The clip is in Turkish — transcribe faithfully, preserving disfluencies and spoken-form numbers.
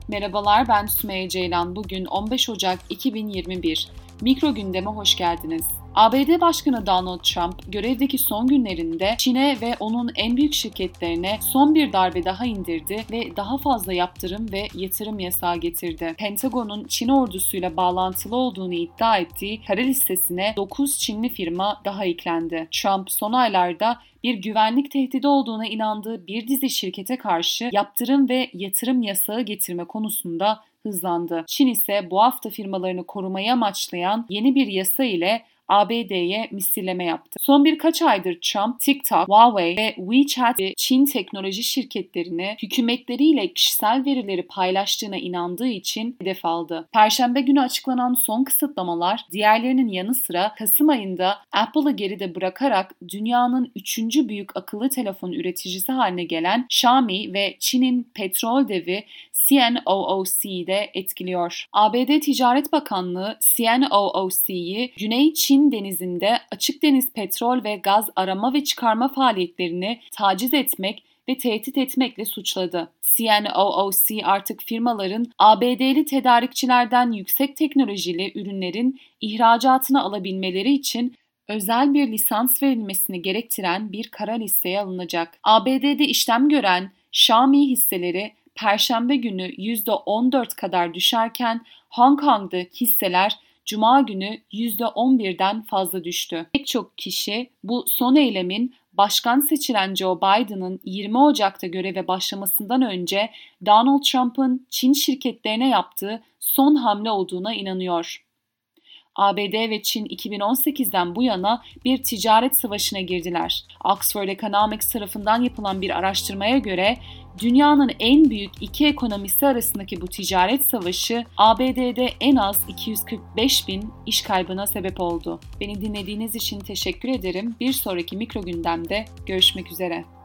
Merhabalar, ben Sümeyye Ceylan. Bugün on beş Ocak iki bin yirmi bir. Mikro gündeme hoş geldiniz. A B D Başkanı Donald Trump, görevdeki son günlerinde Çin'e ve onun en büyük şirketlerine son bir darbe daha indirdi ve daha fazla yaptırım ve yatırım yasağı getirdi. Pentagon'un Çin ordusuyla bağlantılı olduğunu iddia ettiği kara listesine dokuz Çinli firma daha eklendi. Trump son aylarda bir güvenlik tehdidi olduğuna inandığı bir dizi şirkete karşı yaptırım ve yatırım yasağı getirme konusunda hızlandı. Çin ise bu hafta firmalarını korumayı amaçlayan yeni bir yasa ile A B D'ye misilleme yaptı. Son birkaç aydır Trump, TikTok, Huawei ve WeChat gibi Çin teknoloji şirketlerini hükümetleriyle kişisel verileri paylaştığına inandığı için hedef aldı. Perşembe günü açıklanan son kısıtlamalar diğerlerinin yanı sıra Kasım ayında Apple'ı geride bırakarak dünyanın üçüncü büyük akıllı telefon üreticisi haline gelen Xiaomi ve Çin'in petrol devi C N O O C'yi de etkiliyor. A B D Ticaret Bakanlığı C N O O C'yi Güney Çin denizinde açık deniz petrol ve gaz arama ve çıkarma faaliyetlerini taciz etmek ve tehdit etmekle suçladı. C N O O C artık firmaların A B D'li tedarikçilerden yüksek teknolojili ürünlerin ihracatını alabilmeleri için özel bir lisans verilmesini gerektiren bir kara listeye alınacak. A B D'de işlem gören Xiaomi hisseleri Perşembe günü yüzde on dört kadar düşerken Hong Kong'da hisseler Cuma günü yüzde on birden fazla düştü. Pek çok kişi bu son eylemin başkan seçilen Joe Biden'ın yirmi Ocak'ta göreve başlamasından önce Donald Trump'ın Çin şirketlerine yaptığı son hamle olduğuna inanıyor. A B D ve Çin iki bin on sekizden bu yana bir ticaret savaşına girdiler. Oxford Economics tarafından yapılan bir araştırmaya göre dünyanın en büyük iki ekonomisi arasındaki bu ticaret savaşı A B D'de en az iki yüz kırk beş bin iş kaybına sebep oldu. Beni dinlediğiniz için teşekkür ederim. Bir sonraki mikro gündemde görüşmek üzere.